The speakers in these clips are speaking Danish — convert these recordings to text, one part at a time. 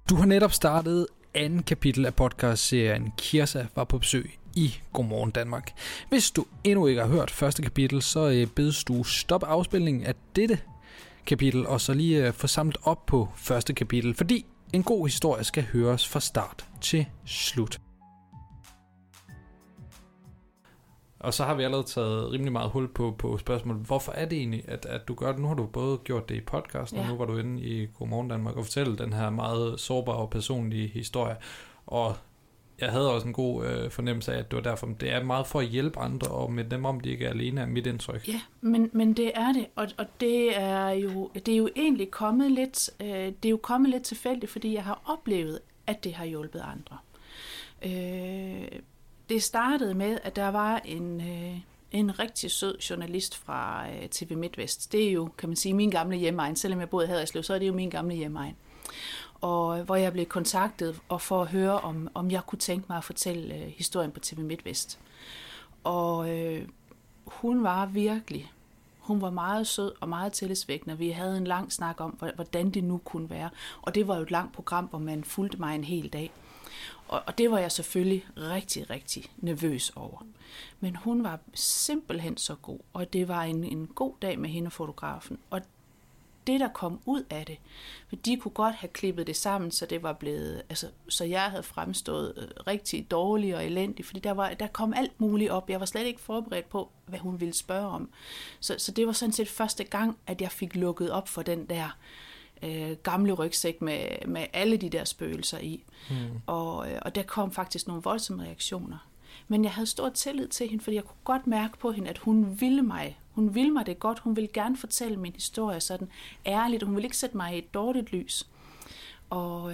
Du har netop startet anden kapitel af podcastserien Kirsa var på besøg i Godmorgen Danmark. Hvis du endnu ikke har hørt første kapitel, så bedes du stoppe afspilningen af dette kapitel, og så lige få samlet op på første kapitel, fordi en god historie skal høres fra start til slut. Og så har vi allerede taget rimelig meget hul på spørgsmålet, hvorfor er det egentlig, at du gør det? Nu har du både gjort det i podcasten, og nu var du inde i Godmorgen Danmark og fortælle den her meget sårbare og personlige historie. Og jeg havde også en god fornemmelse af, at det var derfor, det er meget for at hjælpe andre, og med dem om de ikke er alene, er mit indtryk. Ja, men det er det, og det er jo egentlig kommet lidt, det er jo kommet lidt tilfældigt, fordi jeg har oplevet, at det har hjulpet andre. Det startede med, at der var en rigtig sød journalist fra TV MidtVest. Det er jo, kan man sige, min gamle hjemegn. Selvom jeg boede i Haderslev, så er det jo min gamle hjemegn. Og hvor jeg blev kontaktet og for at høre, om jeg kunne tænke mig at fortælle historien på TV MidtVest. Og hun var meget sød og meget tillidsvækkende. Vi havde en lang snak om, hvordan det nu kunne være. Og det var jo et langt program, hvor man fulgte mig en hel dag. Og det var jeg selvfølgelig rigtig, rigtig nervøs over. Men hun var simpelthen så god, og det var en god dag med hende, fotografen. Og det, der kom ud af det, for de kunne godt have klippet det sammen, så det var blevet, så jeg havde fremstået rigtig dårlig og elendig, fordi der kom alt muligt op. Jeg var slet ikke forberedt på, hvad hun ville spørge om. Så det var sådan set første gang, at jeg fik lukket op for den der gamle rygsæk med alle de der spøgelser i. Og der kom faktisk nogle voldsomme reaktioner. Men jeg havde stor tillid til hende, fordi jeg kunne godt mærke på hende, at hun ville mig. Hun ville mig det godt. Hun ville gerne fortælle min historie sådan ærligt. Hun ville ikke sætte mig i et dårligt lys. Og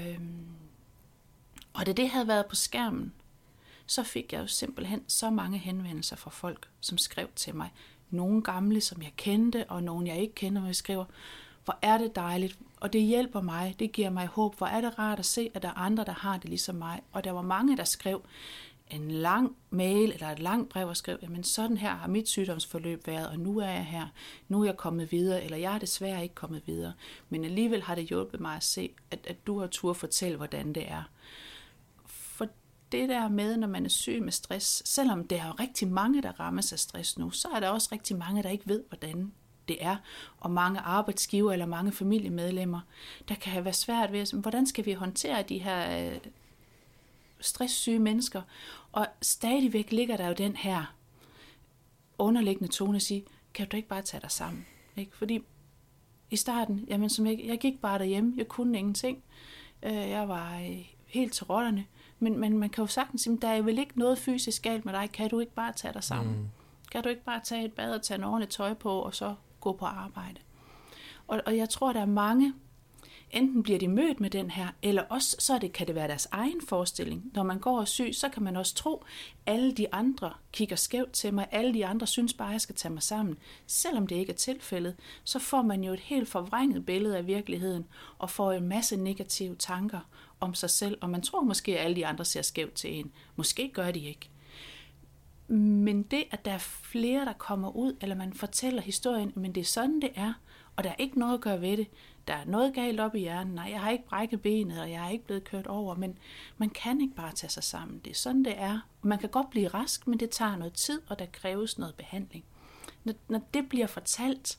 da det havde været på skærmen, så fik jeg jo simpelthen så mange henvendelser fra folk, som skrev til mig. Nogle gamle, som jeg kendte, og nogle jeg ikke kender, hvor jeg skriver, hvor er det dejligt, og det hjælper mig, det giver mig håb. Hvor er det rart at se, at der er andre, der har det ligesom mig. Og der var mange, der skrev en lang mail eller et langt brev og skrev, jamen sådan her har mit sygdomsforløb været, og nu er jeg her, nu er jeg kommet videre, eller jeg er desværre ikke kommet videre. Men alligevel har det hjulpet mig at se, at du har tur fortælle, hvordan det er. For det der med, når man er syg med stress, selvom der er rigtig mange, der rammes af stress nu, så er der også rigtig mange, der ikke ved, hvordan det er, og mange arbejdsgiver eller mange familiemedlemmer, der kan have været svært ved, hvordan skal vi håndtere de her stresssyge mennesker, og stadigvæk ligger der jo den her underliggende tone at sige, kan du ikke bare tage dig sammen? Ikke? Fordi i starten, jamen, jeg gik bare derhjemme, jeg kunne ingenting, jeg var helt til rollerne, men man kan jo sagtens sige, der er vel ikke noget fysisk galt med dig, kan du ikke bare tage dig sammen? Kan du ikke bare tage et bad og tage en ordentligt tøj på, og så gå på arbejde? Og jeg tror, der er mange, enten bliver de mødt med den her, eller også kan det være deres egen forestilling. Når man går og syg, så kan man også tro, alle de andre kigger skævt til mig, alle de andre synes bare, jeg skal tage mig sammen. Selvom det ikke er tilfældet, så får man jo et helt forvrænget billede af virkeligheden, og får en masse negative tanker om sig selv, og man tror måske, at alle de andre ser skævt til en. Måske gør de ikke. Men det, at der er flere, der kommer ud, eller man fortæller historien, men det er sådan, det er, og der er ikke noget at gøre ved det. Der er noget galt op i hjernen. Nej, jeg har ikke brækket benet, og jeg er ikke blevet kørt over, men man kan ikke bare tage sig sammen. Det er sådan, det er. Man kan godt blive rask, men det tager noget tid, og der kræves noget behandling. Når det bliver fortalt,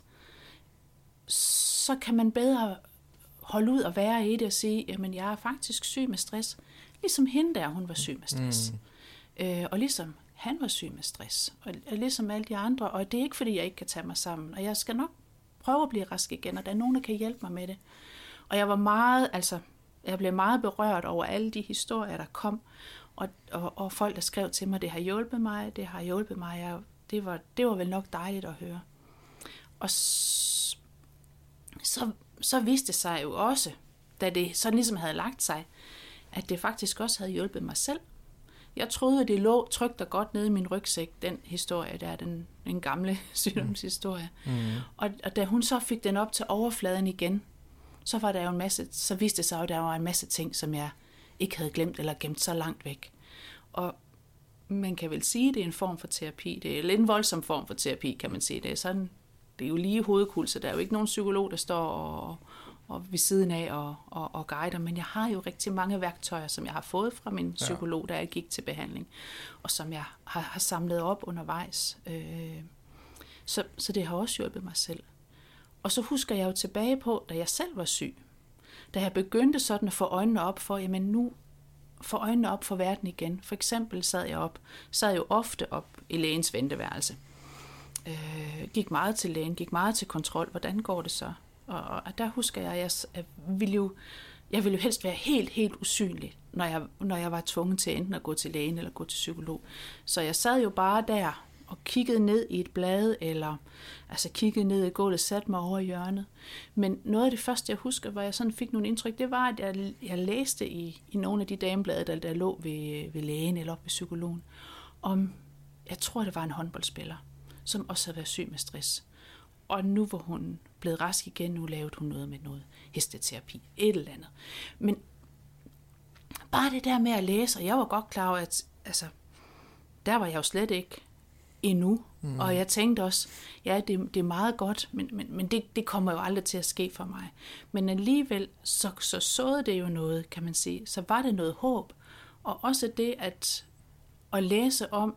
så kan man bedre holde ud og være i det og sige, jamen jeg er faktisk syg med stress. Ligesom hende der, hun var syg med stress. Og ligesom han var syg med stress, og ligesom alle de andre, og det er ikke, fordi jeg ikke kan tage mig sammen, og jeg skal nok prøve at blive rask igen, og der er nogen, der kan hjælpe mig med det. Og jeg blev meget berørt over alle de historier, der kom, og folk, der skrev til mig, det har hjulpet mig, det var vel nok dejligt at høre. Og så viste det sig jo også, da det sådan ligesom havde lagt sig, at det faktisk også havde hjulpet mig selv. Jeg troede, det lå trygt og godt nede i min rygsæk, den historie, der er den gamle sygdomshistorie. Og da hun så fik den op til overfladen igen, så var der jo så viste det sig, at der var en masse ting, som jeg ikke havde glemt eller gemt så langt væk. Og man kan vel sige, at det er en form for terapi. Det er lidt en voldsom form for terapi, kan man sige. Det er jo lige hovedkulse. Der er jo ikke nogen psykolog, der står og ved siden af og guider, men jeg har jo rigtig mange værktøjer, som jeg har fået fra min psykolog, da jeg gik til behandling, og som jeg har samlet op undervejs. Så det har også hjulpet mig selv. Og så husker jeg jo tilbage på, da jeg selv var syg, da jeg begyndte sådan at få øjnene op for, jamen nu få øjnene op for verden igen. For eksempel sad jeg jo ofte op i lægens venteværelse. Gik meget til lægen, gik meget til kontrol. Hvordan går det så? Og der husker jeg, at jeg ville jo helst være helt, helt usynlig, når jeg var tvunget til enten at gå til lægen eller gå til psykolog. Så jeg sad jo bare der og kiggede ned i et blad, eller altså kiggede ned i gulvet, satte mig over i hjørnet. Men noget af det første, jeg husker, hvor jeg sådan fik nogle indtryk, det var, at jeg læste i nogle af de dameblade, der lå ved lægen eller op ved psykologen, om, jeg tror, det var en håndboldspiller, som også havde været syg med stress. Og nu var hun blevet rask igen, nu lavede hun noget med noget hesteterapi, et eller andet. Men bare det der med at læse, og jeg var godt klar over, at altså, der var jeg jo slet ikke endnu. Og jeg tænkte også, ja, det er meget godt, men det kommer jo aldrig til at ske for mig. Men alligevel, så såede det jo noget, kan man sige. Så var det noget håb. Og også det at læse om,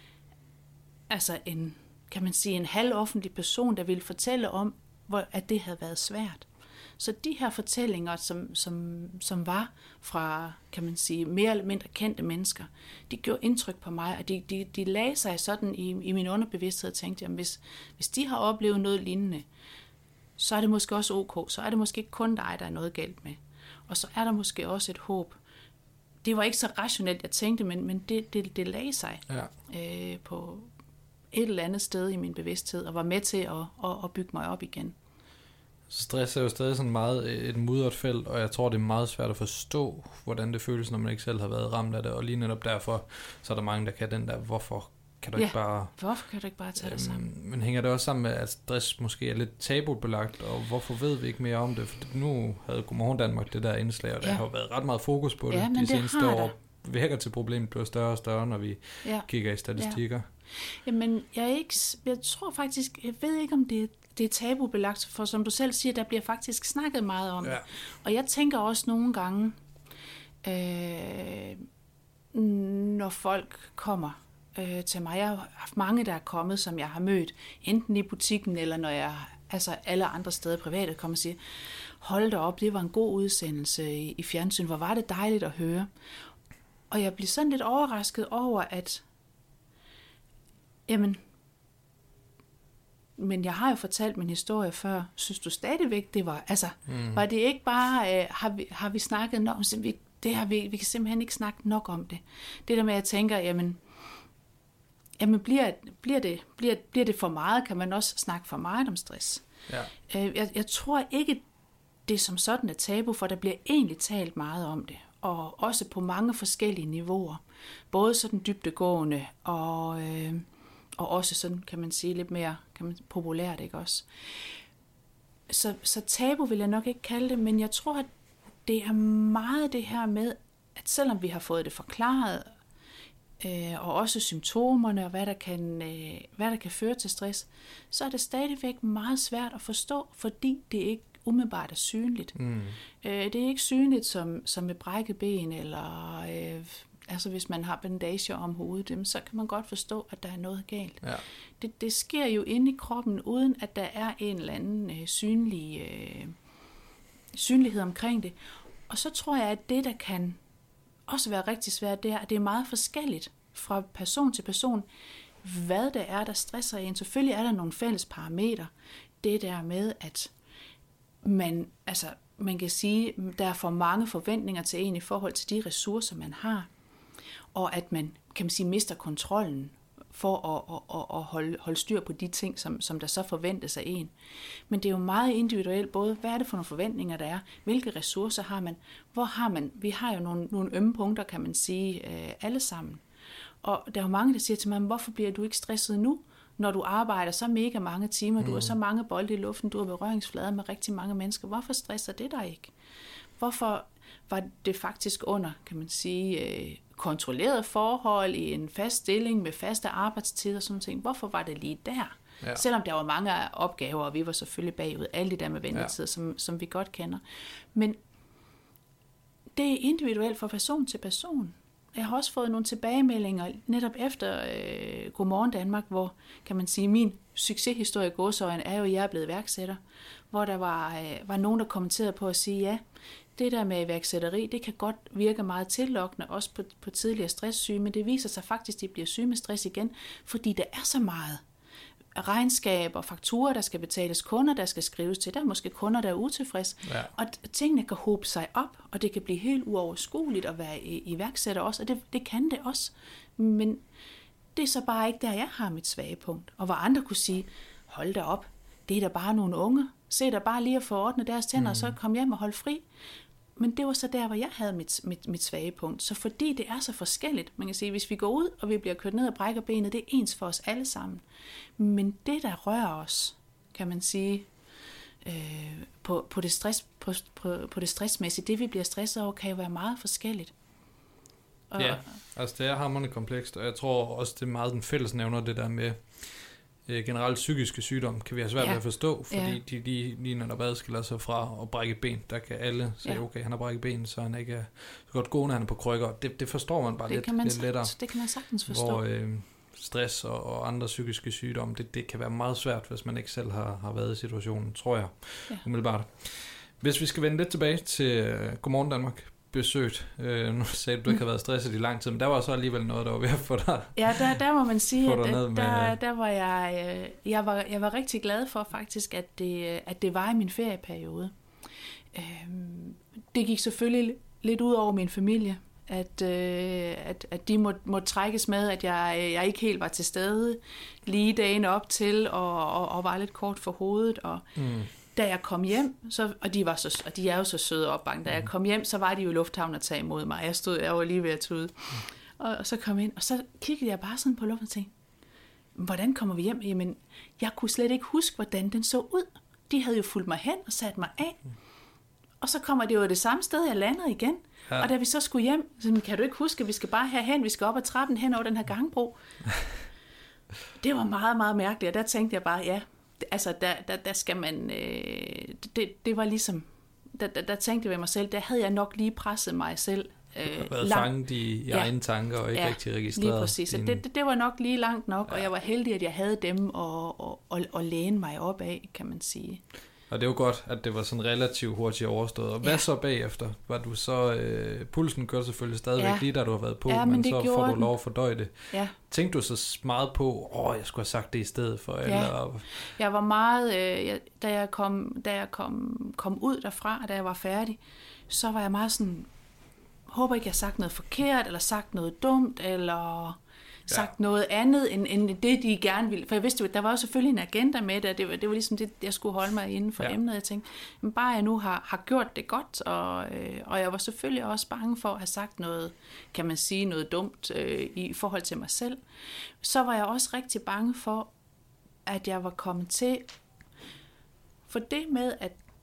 altså kan man sige, en halvoffentlig person, der ville fortælle om, at det havde været svært. Så de her fortællinger, som var fra, kan man sige, mere eller mindre kendte mennesker, de gjorde indtryk på mig, og de lagde sig sådan i min underbevidsthed og tænkte, jamen hvis de har oplevet noget lignende, så er det måske også ok, så er det måske ikke kun dig, der er noget galt med. Og så er der måske også et håb. Det var ikke så rationelt, jeg tænkte, men det lagde sig på et eller andet sted i min bevidsthed, og var med til at bygge mig op igen. Stress er jo stadig sådan meget et mudret felt, og jeg tror, det er meget svært at forstå, hvordan det føles, når man ikke selv har været ramt af det, og lige netop derfor, så er der mange, der kan den der, hvorfor kan du ikke bare tage det sammen? Men hænger det også sammen med, at stress måske er lidt tabubelagt, og hvorfor ved vi ikke mere om det? For nu havde Godmorgen Danmark det der indslag, og der har været ret meget fokus på det de seneste år. Virker til problemet bliver større og større, når vi kigger i statistikker. Ja. Jamen, jeg tror faktisk, jeg ved ikke, om det er tabubelagt, for som du selv siger, der bliver faktisk snakket meget om det. Og jeg tænker også nogle gange, når folk kommer til mig, jeg har haft mange, der er kommet, som jeg har mødt, enten i butikken, eller når jeg, altså alle andre steder privat, kommer og siger, hold da op, det var en god udsendelse i fjernsyn, hvor var det dejligt at høre. Og jeg bliver sådan lidt overrasket over, at jamen, men jeg har jo fortalt min historie før. Synes du stadigvæk, det var, altså, var det ikke bare, har vi snakket nok om det? Vi kan simpelthen ikke snakke nok om det. Det der med, at jeg tænker, jamen bliver det for meget? Kan man også snakke for meget om stress? Ja. Jeg tror ikke, det som sådan er tabu, for der bliver egentlig talt meget om det. Og også på mange forskellige niveauer. Både sådan dybdegående og også sådan, kan man sige, lidt mere populært, ikke også? Så tabu vil jeg nok ikke kalde det, men jeg tror, at det er meget det her med, at selvom vi har fået det forklaret, og også symptomerne, og hvad der kan føre til stress, så er det stadigvæk meget svært at forstå, fordi det ikke umiddelbart er synligt. Det er ikke synligt som med brækket ben, eller altså hvis man har bandager om hovedet, så kan man godt forstå, at der er noget galt. Ja. Det sker jo inde i kroppen, uden at der er en eller anden synlighed omkring det. Og så tror jeg, at det, der kan også være rigtig svært, det er, at det er meget forskelligt fra person til person, hvad det er, der stresser en. Selvfølgelig er der nogle fælles parametre. Det der med, at man kan sige, der er for mange forventninger til en i forhold til de ressourcer, man har, og at man, kan man sige, mister kontrollen for at holde styr på de ting, som der så forventes af en. Men det er jo meget individuelt, både hvad er det for nogle forventninger, der er, hvilke ressourcer har man, hvor har man, vi har jo nogle ømme punkter, kan man sige, alle sammen. Og der er jo mange, der siger til mig, hvorfor bliver du ikke stresset nu, når du arbejder så mega mange timer, du har så mange bolde i luften, du har berøringsflader med rigtig mange mennesker, hvorfor stresser det dig ikke? Hvorfor var det faktisk under, kan man sige, kontrolleret forhold i en fast stilling med faste arbejdstider og sådan ting? Hvorfor var det lige der? Ja. Selvom der var mange opgaver, og vi var selvfølgelig bagud, alle de der med ventetider, som vi godt kender. Men det er individuelt fra person til person. Jeg har også fået nogle tilbagemeldinger netop efter Godmorgen Danmark, hvor, kan man sige, min succeshistorie i gåseøjne er jo, at jeg er blevet iværksætter, hvor der var nogen, der kommenterede på at sige, ja, det der med iværksætteri, det kan godt virke meget tillokkende, også på tidligere stresssyge, men det viser sig faktisk, at de bliver syge med stress igen, fordi der er så meget regnskab og fakturer, der skal betales, kunder, der skal skrives til. Der er måske kunder, der er utilfredse. Ja. Og tingene kan hobe sig op, og det kan blive helt uoverskueligt at være iværksætter også, og det kan det også. Men det er så bare ikke der, jeg har mit svage punkt. Og hvor andre kunne sige, hold da op, det er da bare nogle unge. Se der bare lige at få ordnet deres tænder, og så kom hjem og holde fri. Men det var så der, hvor jeg havde mit svage punkt. Så fordi det er så forskelligt, man kan sige, hvis vi går ud, og vi bliver kørt ned og brækker benet, det er ens for os alle sammen. Men det, der rører os, kan man sige, på det stressmæssige, det vi bliver stresset over, kan jo være meget forskelligt. Ja, altså det er hamrende komplekst, og jeg tror også, det er meget den fællesnævner, det der med generelt psykiske sygdomme, kan vi have svært ved at forstå, fordi de lige når der adskiller sig fra at brække ben, der kan alle sige, okay, han har brækket ben, så han ikke er så godt gående, han er på krykker. Det forstår man bare lidt lettere. Det kan man sagtens forstå. Hvor stress og andre psykiske sygdomme, det kan være meget svært, hvis man ikke selv har været i situationen, tror jeg, umiddelbart. Hvis vi skal vende lidt tilbage til Godmorgen Danmark, besøgt. Nu sagde du ikke har været stresset i lang tid, men der var så alligevel noget, der var ved at få dig. Ja, der må man sige, at der var jeg var rigtig glad for faktisk, at det var i min ferieperiode. Det gik selvfølgelig lidt ud over min familie, at de måtte trækkes med, at jeg ikke helt var til stede lige dagen op til, og var lidt kort for hovedet, og da jeg kom hjem, og de er jo så søde og opbakket, da jeg kom hjem, så var de jo i lufthavnen at tage imod mig. Jeg var lige ved at tude. Og så kom jeg ind, og så kiggede jeg bare sådan på luften og tænkte, hvordan kommer vi hjem? Jamen, jeg kunne slet ikke huske, hvordan den så ud. De havde jo fulgt mig hen og sat mig af. Og så kommer det jo det samme sted, jeg landede igen. Ja. Og da vi så skulle hjem, så kan du ikke huske, at vi skal bare herhen, vi skal op ad trappen hen over den her gangbro. Det var meget, meget mærkeligt, og der tænkte jeg bare, ja, altså der skal man, det var ligesom, der tænkte jeg ved mig selv, der havde jeg nok lige presset mig selv været fanget i egne tanker og ikke rigtig registreret. Lige præcis. Det var nok lige langt nok, og jeg var heldig, at jeg havde dem og læne mig op af, kan man sige. Og det var godt, at det var sådan relativt hurtigt overstået. Og hvad så bagefter? Var du så, pulsen kørte selvfølgelig stadigvæk lige, da du har været på, men så får du lov at fordøje det. Ja. Tænkte du så meget på, jeg skulle have sagt det i stedet for? Ja. Eller? Jeg var meget, da jeg kom ud derfra, og da jeg var færdig, så var jeg meget sådan, håber ikke, jeg har sagt noget forkert, eller sagt noget dumt, eller sagt noget andet, end det, de gerne ville. For jeg vidste jo, at der var jo selvfølgelig en agenda med det, det var ligesom det, jeg skulle holde mig inden for emnet. Jeg tænkte, men bare jeg nu har gjort det godt, og jeg var selvfølgelig også bange for at have sagt noget, kan man sige, noget dumt i forhold til mig selv. Så var jeg også rigtig bange for, at jeg var kommet til, for det med,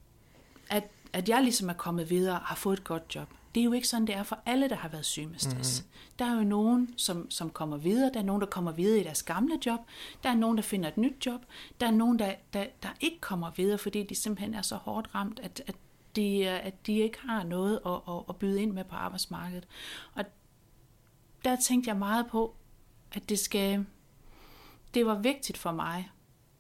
at jeg ligesom er kommet videre og har fået et godt job. Det er jo ikke sådan, det er for alle, der har været syge med stress. Der er jo nogen, som kommer videre. Der er nogen, der kommer videre i deres gamle job. Der er nogen, der finder et nyt job. Der er nogen, der ikke kommer videre, fordi de simpelthen er så hårdt ramt, at de ikke har noget at byde ind med på arbejdsmarkedet. Og der tænkte jeg meget på, at det var vigtigt for mig,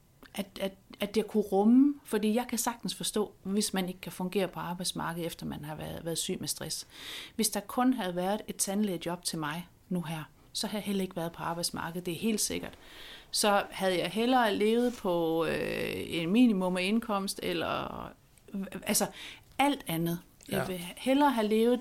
at jeg kunne rumme, fordi jeg kan sagtens forstå, hvis man ikke kan fungere på arbejdsmarkedet, efter man har været syg med stress. Hvis der kun havde været et tandlægejob til mig nu her, så havde jeg heller ikke været på arbejdsmarkedet, det er helt sikkert. Så havde jeg hellere levet på en minimum af indkomst, eller altså alt andet. Jeg vil hellere have levet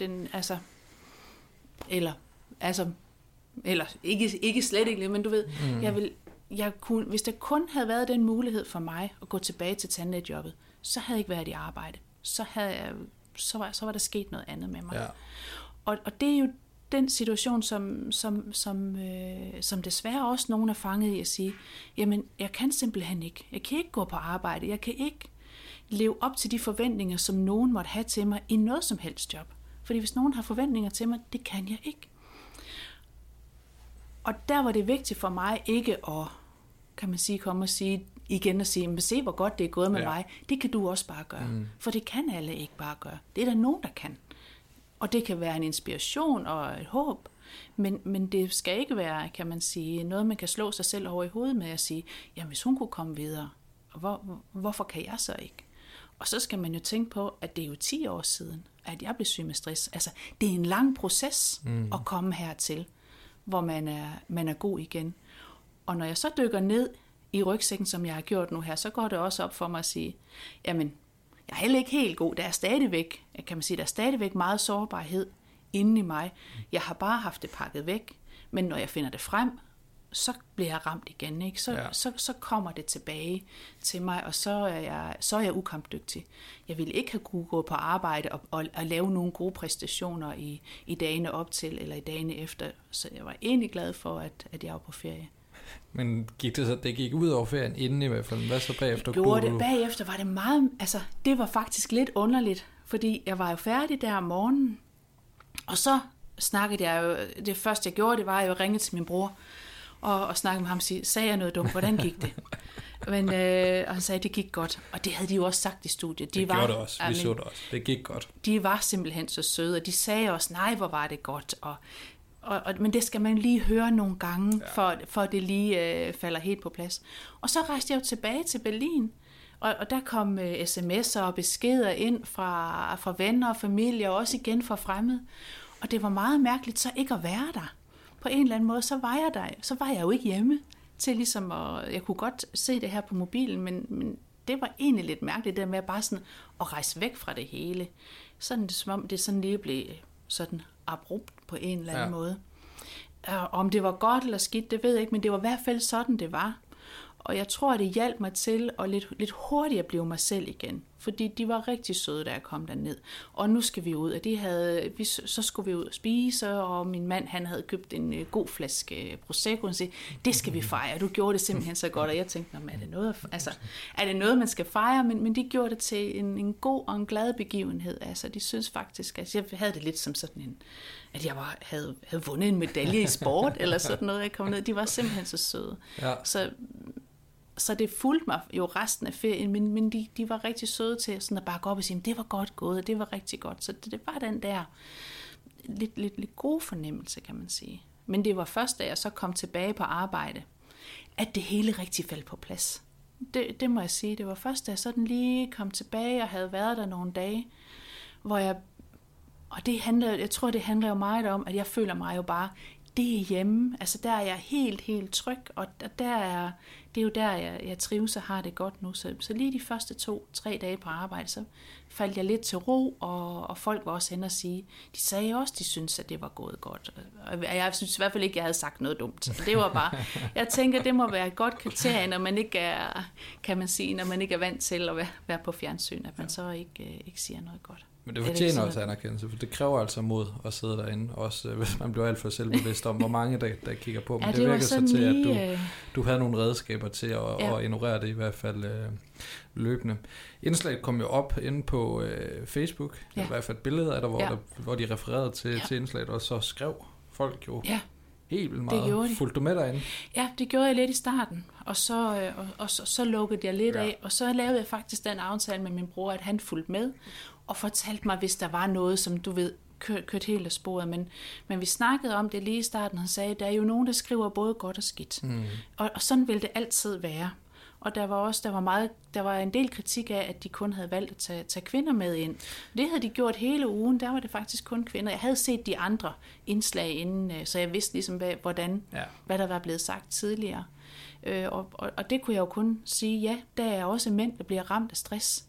eller ikke slet ikke, men du ved, jeg kunne, hvis der kun havde været den mulighed for mig at gå tilbage til tandlægejobbet, så havde jeg ikke været i arbejde. Så var der sket noget andet med mig. Ja. Og det er jo den situation, som desværre også nogen er fanget i at sige, jamen, jeg kan simpelthen ikke. Jeg kan ikke gå på arbejde. Jeg kan ikke leve op til de forventninger, som nogen måtte have til mig i noget som helst job. Fordi hvis nogen har forventninger til mig, det kan jeg ikke. Og der var det vigtigt for mig ikke kan man sige, komme og sige igen og sige, men se hvor godt det er gået med mig, det kan du også bare gøre. For det kan alle ikke bare gøre. Det er der nogen, der kan. Og det kan være en inspiration og et håb, men det skal ikke være, kan man sige, noget, man kan slå sig selv over i hovedet med at sige, jamen hvis hun kunne komme videre, hvorfor kan jeg så ikke? Og så skal man jo tænke på, at det er jo 10 år siden, at jeg blev syg med stress. Altså, det er en lang proces at komme hertil, hvor man er god igen. Og når jeg så dykker ned i rygsækken, som jeg har gjort nu her, så går det også op for mig at sige, jamen, jeg er heller ikke helt god. Der er stadigvæk, kan man sige, der er stadigvæk meget sårbarhed inde i mig. Jeg har bare haft det pakket væk, men når jeg finder det frem, så bliver jeg ramt igen, ikke? Så kommer det tilbage til mig, og så er jeg ukampdygtig. Jeg ville ikke have kunne gå på arbejde og lave nogle gode præstationer i dagene op til, eller i dagene efter, så jeg var egentlig glad for, at jeg var på ferie. Men det gik ud over ferien inden i hvert fald. Hvad så bagefter? Bagefter var det meget, altså det var faktisk lidt underligt, fordi jeg var jo færdig der om morgenen, og så snakkede jeg jo, det første jeg gjorde, det var at ringe til min bror, og snakke med ham og sige, sagde jeg noget dumt, hvordan gik det? Men, og han sagde, det gik godt. Og det havde de jo også sagt i studiet. Det gjorde det også, vi så det også. Det gik godt. De var simpelthen så søde, og de sagde også, nej, hvor var det godt. Men det skal man lige høre nogle gange, for det lige falder helt på plads. Og så rejste jeg jo tilbage til Berlin, og der kom sms'er og beskeder ind fra venner og familie, og også igen fra fremmede. Og det var meget mærkeligt så ikke at være der. På en eller anden måde, så var jeg der. Så var jeg jo ikke hjemme til ligesom at... Jeg kunne godt se det her på mobilen, men det var egentlig lidt mærkeligt, det med at bare sådan at rejse væk fra det hele. Sådan det, som om det sådan lige blev sådan abrupt på en eller anden måde. Om det var godt eller skidt, det ved jeg ikke, men det var i hvert fald sådan, det var. Og jeg tror, det hjalp mig til at lidt hurtigere blive mig selv igen. Fordi de var rigtig søde, da jeg kom derned. Og nu skal vi ud, og så skulle vi ud og spise, og min mand, han havde købt en god flaske Prosecco, og sagde, det skal vi fejre, du gjorde det simpelthen så godt. Og jeg tænkte, er det noget, man skal fejre? Men de gjorde det til en god og en glad begivenhed. Altså, de synes faktisk, at jeg havde det lidt som sådan at jeg havde vundet en medalje i sport, eller sådan noget, jeg kom ned. De var simpelthen så søde. Ja. Så det fulgte mig jo resten af ferien, men de var rigtig søde til sådan at bare gå op og sige, det var godt gået, det var rigtig godt. Så det var den der lidt gode fornemmelse, kan man sige. Men det var først, da jeg så kom tilbage på arbejde, at det hele rigtig faldt på plads. Det må jeg sige. Det var først, da jeg sådan lige kom tilbage og havde været der nogle dage, hvor jeg tror, det handler jo meget om, at jeg føler mig jo bare, det er hjemme. Altså der er jeg helt tryg, og det er jo der, jeg trives og har det godt nu. Så lige de første 2-3 dage på arbejde, så faldt jeg lidt til ro, og folk var også hen og sige, de sagde også, de syntes, at det var gået godt. Og jeg synes i hvert fald ikke, jeg havde sagt noget dumt. Så det var bare, jeg tænker, det må være et godt kriterie, når man ikke er, kan man sige, når man ikke er vant til at være på fjernsyn, at man så ikke siger noget godt. Men det fortjener også anerkendelse, for det kræver altså mod at sidde derinde, også hvis man bliver alt for selvbevidst om, hvor mange der kigger på. Men det virker så til, at du havde nogle redskaber til at ignorere det i hvert fald løbende. Indslaget kom jo op inde på Facebook, i hvert fald billeder af der, hvor de refererede til indslaget, og så skrev folk jo helt vildt meget. Fulgte du med derinde? Ja, det gjorde jeg lidt i starten, og så lukkede jeg lidt af, og så lavede jeg faktisk den aftale med min bror, at han fulgte med, og fortalte mig, hvis der var noget, som du ved, kørt helt af sporet, men vi snakkede om det lige i starten, han sagde, der er jo nogen, der skriver både godt og skidt, og sådan vil det altid være. Og der var en del kritik af, at de kun havde valgt at tage kvinder med ind. Det havde de gjort hele ugen, der var det faktisk kun kvinder. Jeg havde set de andre indslag inden, så jeg vidste ligesom, hvad der var blevet sagt tidligere. Og det kunne jeg jo kun sige, ja, der er også mænd, der bliver ramt af stress.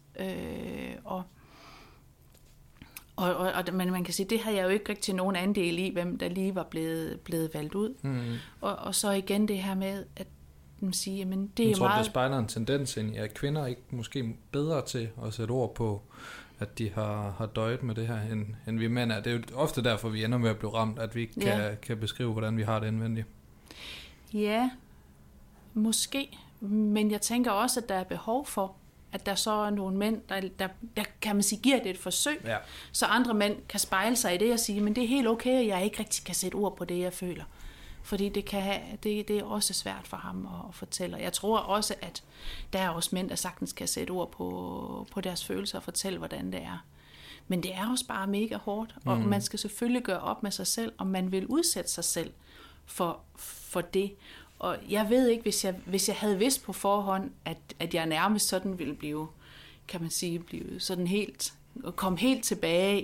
Men man kan sige, det har jeg jo ikke rigtig nogen andel i, hvem der lige var blevet valgt ud. Og så igen det her med, at man siger, jamen det er jeg tror, meget... det spejler en tendens ind i, at kvinder er ikke måske bedre til at sætte ord på, at de har døjet med det her, end vi mænd er. Det er jo ofte derfor, vi ender med at blive ramt, at vi ikke kan beskrive, hvordan vi har det indvendigt. Ja, måske. Men jeg tænker også, at der er behov for, at der så er nogle mænd, der kan man sige, giver det et forsøg, så andre mænd kan spejle sig i det og sige, men det er helt okay, at jeg ikke rigtig kan sætte ord på det, jeg føler. Fordi det er også svært for ham at fortælle. Jeg tror også, at der er også mænd, der sagtens kan sætte ord på deres følelser og fortælle, hvordan det er. Men det er også bare mega hårdt, og man skal selvfølgelig gøre op med sig selv, om man vil udsætte sig selv for det. Og jeg ved ikke, hvis jeg havde vidst på forhånd, at jeg nærmest sådan ville blive, kan man sige, blive sådan helt, komme helt tilbage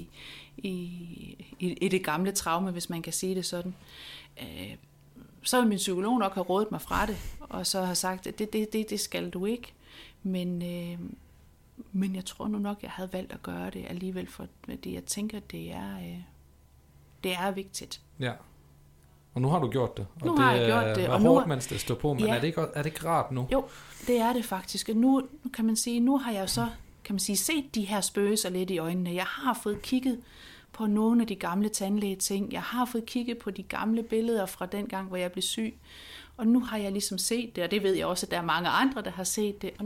i det gamle traume, hvis man kan sige det sådan, så ville min psykolog nok have rådet mig fra det, og så har sagt, at det skal du ikke. Men jeg tror nu nok, jeg havde valgt at gøre det alligevel, fordi jeg tænker, det er vigtigt. Ja. Og nu har du gjort det. Og nu har jeg gjort det. Og hårdt, mens det står på, men ja. er det ikke rart nu? Jo, det er det faktisk. Nu kan man sige, nu har jeg så set de her spøgelser lidt i øjnene. Jeg har fået kigget på nogle af de gamle tandlægeting. Jeg har fået kigget på de gamle billeder fra den gang, hvor jeg blev syg. Og nu har jeg ligesom set det, og det ved jeg også, at der er mange andre, der har set det.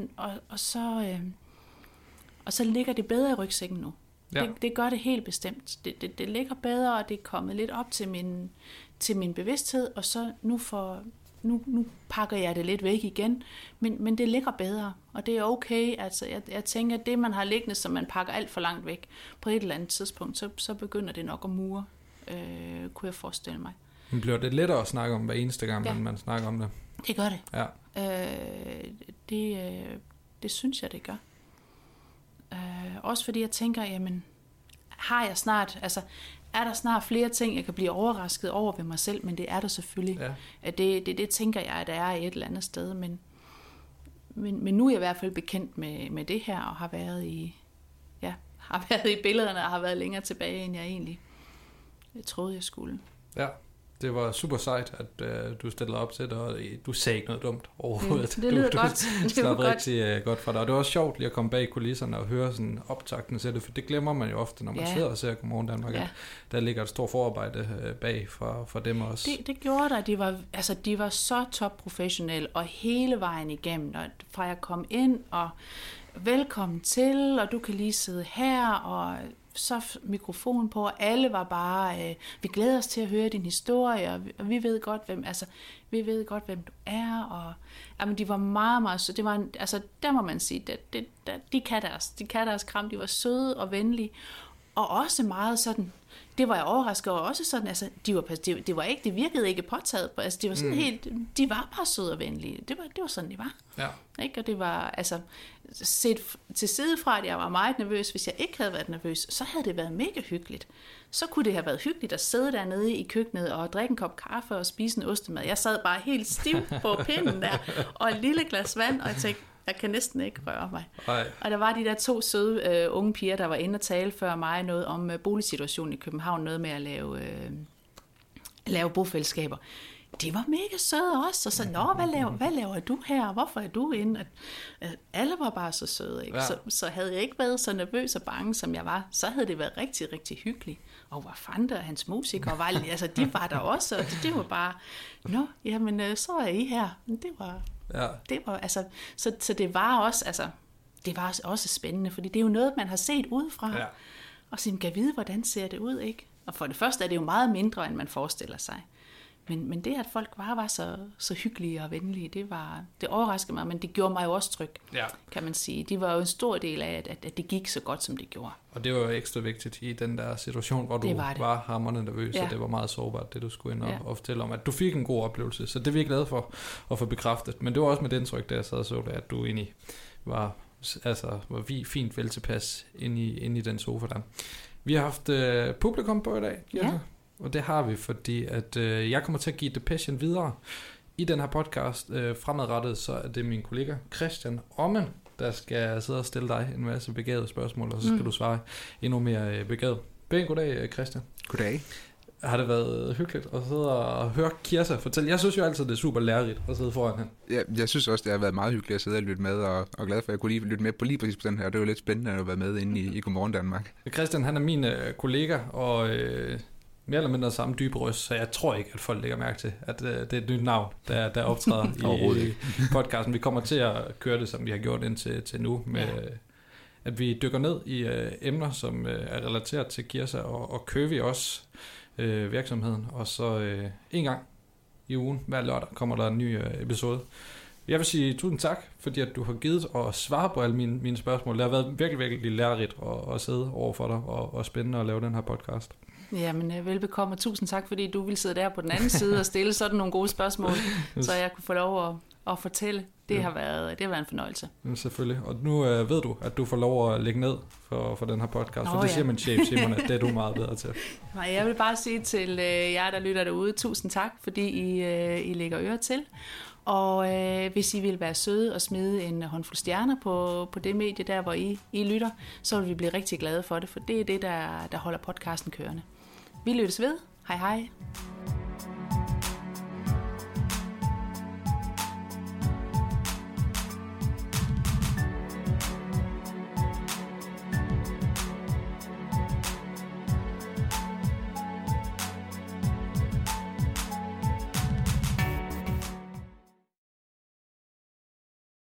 Og så ligger det bedre i rygsækken nu. Ja. Det gør det helt bestemt. Det ligger bedre, og det er kommet lidt op til min bevidsthed, og så nu pakker jeg det lidt væk igen, men det ligger bedre, og det er okay. Altså, jeg tænker, at det, man har liggende, som man pakker alt for langt væk, på et eller andet tidspunkt, så begynder det nok at mure, kunne jeg forestille mig. Men bliver det lettere at snakke om hver eneste gang, man snakker om det? Det gør det. Ja. Det synes jeg, det gør. Også fordi jeg tænker, jamen, er der snart flere ting, jeg kan blive overrasket over ved mig selv, men det er der selvfølgelig. Ja. Det tænker jeg, at der er et eller andet sted, men nu er jeg i hvert fald bekendt med det her, og har været i billederne, og har været længere tilbage, end jeg egentlig troede, jeg skulle. Ja. Det var super sejt, at du stillede op til det, og du sagde ikke noget dumt overhovedet. Det lyder godt. Det var rigtig godt for dig. Og det var også sjovt lige at komme bag kulisserne og høre sådan optakten til det, for det glemmer man jo ofte, når man sidder og ser Godmorgen Danmark. Ja. Der ligger et stort forarbejde bag for dem også. Det gjorde der. De var så topprofessionelle, og hele vejen igennem. Og fra jeg kom ind, og velkommen til, og du kan lige sidde her, og så mikrofon på, og alle var bare, vi glæder os til at høre din historie, og vi ved godt, hvem du er, og jamen, de var meget, meget søde. Det var der må man sige, de kan deres kram, de var søde og venlige, og også meget sådan, det var jeg overrasket over, også sådan, altså, det virkede ikke påtaget, altså, det var sådan helt, de var bare søde og venlige, det var sådan, de var. Ja. Ikke? Og det var, altså, set til side fra, at jeg var meget nervøs. Hvis jeg ikke havde været nervøs, så havde det været mega hyggeligt. Så kunne det have været hyggeligt at sidde dernede i køkkenet og drikke en kop kaffe og spise en ostemad. Jeg sad bare helt stiv på pinden der, og et lille glas vand, og jeg tænkte, jeg kan næsten ikke røre mig. Ej. Og der var de der 2 søde unge piger, der var inde og tale før mig noget om boligsituationen i København, noget med at lave bofællesskaber. Det var mega søde også, og så, hvad laver du her, hvorfor er du inde? Alle var bare så søde, ikke? Ja. Så havde jeg ikke været så nervøs og bange, som jeg var, så havde det været rigtig, rigtig hyggeligt. Og hvor Fante og hans musikere var, altså de var der også, og det var bare, så er I her. Det var altså, så det var også, altså, det var også spændende, fordi det er jo noget, man har set udefra, og så kan vide, hvordan ser det ud, ikke? Og for det første er det jo meget mindre, end man forestiller sig. Men det, at folk var så hyggelige og venlige, det overraskede mig, men det gjorde mig jo også tryg, kan man sige. De var jo en stor del af, at det gik så godt, som det gjorde. Og det var jo ekstra vigtigt i den der situation, hvor du var hamrende nervøs, og det var meget sårbart, det du skulle ind og fortælle om, at du fik en god oplevelse. Så det er vi glade for at få bekræftet. Men det var også med den tryk, der jeg sad og så det, at du egentlig var fint vel tilpas inde i den sofa der. Vi har haft publikum på i dag, Kirsten. Og det har vi, fordi at jeg kommer til at give Depression videre i den her podcast. Fremadrettet, så er det min kollega Christian Ommen, der skal sidde og stille dig en masse begavede spørgsmål, og så skal du svare endnu mere begavet. Goddag, Christian. Goddag. Har det været hyggeligt at sidde og høre Kirsa fortælle? Jeg synes jo altid, det er super lærerigt at sidde foran hende. Ja, jeg synes også, det har været meget hyggeligt at sidde og lytte med, og glad for, at jeg kunne lytte med på lige præcis på den her. Det var lidt spændende at være med inde i Godmorgen Danmark. Christian, han er min kollega, og mere eller mindre samme dybe røst, så jeg tror ikke, at folk lægger mærke til, at det er et nyt navn, der optræder i podcasten. Vi kommer til at køre det, som vi har gjort indtil nu, med at vi dykker ned i emner, som er relateret til Kirsa og Køvi også, virksomheden. Og så en gang i ugen. Hver lørdag kommer der en ny episode. Jeg vil sige tusind tak, fordi at du har givet og svaret på alle mine spørgsmål. Det har været virkelig, virkelig lærerigt at sidde over for dig og spændende at lave den her podcast. Jamen, velbekomme, og tusind tak, fordi du ville sidde der på den anden side og stille sådan nogle gode spørgsmål, så jeg kunne få lov at fortælle. Det har været en fornøjelse. Selvfølgelig. Og nu ved du, at du får lov at lægge ned for den her podcast, for det siger min chef, Simon, at det er du meget bedre til. Nej, jeg vil bare sige til jer, der lytter derude, tusind tak, fordi I lægger øre til. Og hvis I vil være søde og smide en håndfuld stjerner på det medie, der hvor I lytter, så vil vi blive rigtig glade for det, for det er det, der holder podcasten kørende. Vi lyttes ved. Hej hej.